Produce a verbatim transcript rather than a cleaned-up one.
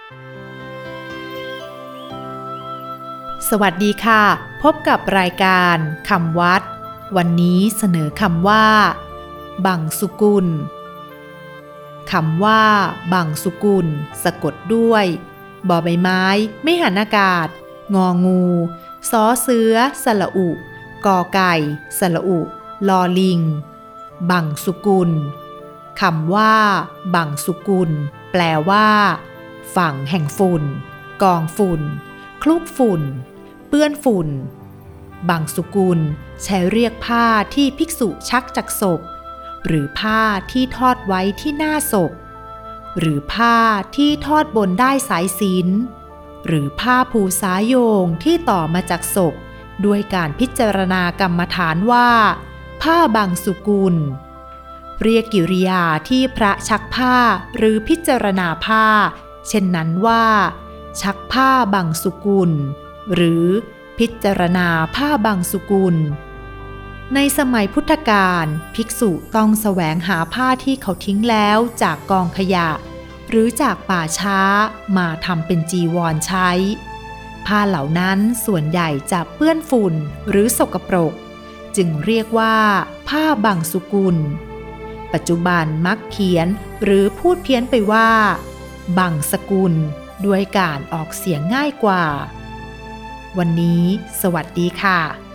สวัสดีค่ะพบกับรายการคำวัดวันนี้เสนอคำว่าบังสุกุลคำว่าบังสุกุลสะกดด้วยบอใบไม้ไม่หันอากาศงองูสอเสือสระอุกอไก่สระอุลอลิงบังสุกุลคำว่าบังสุกุลแปลว่าฝั่งแห่งฝุ่นกองฝุ่นคลุกฝุ่นเปื้อนฝุ่นบังสุกุลใช้เรียกผ้าที่ภิกษุชักจากศพหรือผ้าที่ทอดไว้ที่หน้าศพหรือผ้าที่ทอดบนได้สายศีลหรือผ้าภูสายโยงที่ต่อมาจากศพด้วยการพิจารณากรรมฐานว่าผ้าบังสุกุลเรียกกิริยาที่พระชักผ้าหรือพิจารณาผ้าเช่นนั้นว่าชักผ้าบังสุกุลหรือพิจารณาผ้าบังสุกุลในสมัยพุทธกาลภิกษุต้องแสวงหาผ้าที่เขาทิ้งแล้วจากกองขยะหรือจากป่าช้ามาทำเป็นจีวรใช้ผ้าเหล่านั้นส่วนใหญ่จะเปื้อนฝุ่นหรือสกปรกจึงเรียกว่าผ้าบังสุกุลปัจจุบันมักเขียนหรือพูดเพี้ยนไปว่าบังสกุลด้วยการออกเสียงง่ายกว่าวันนี้สวัสดีค่ะ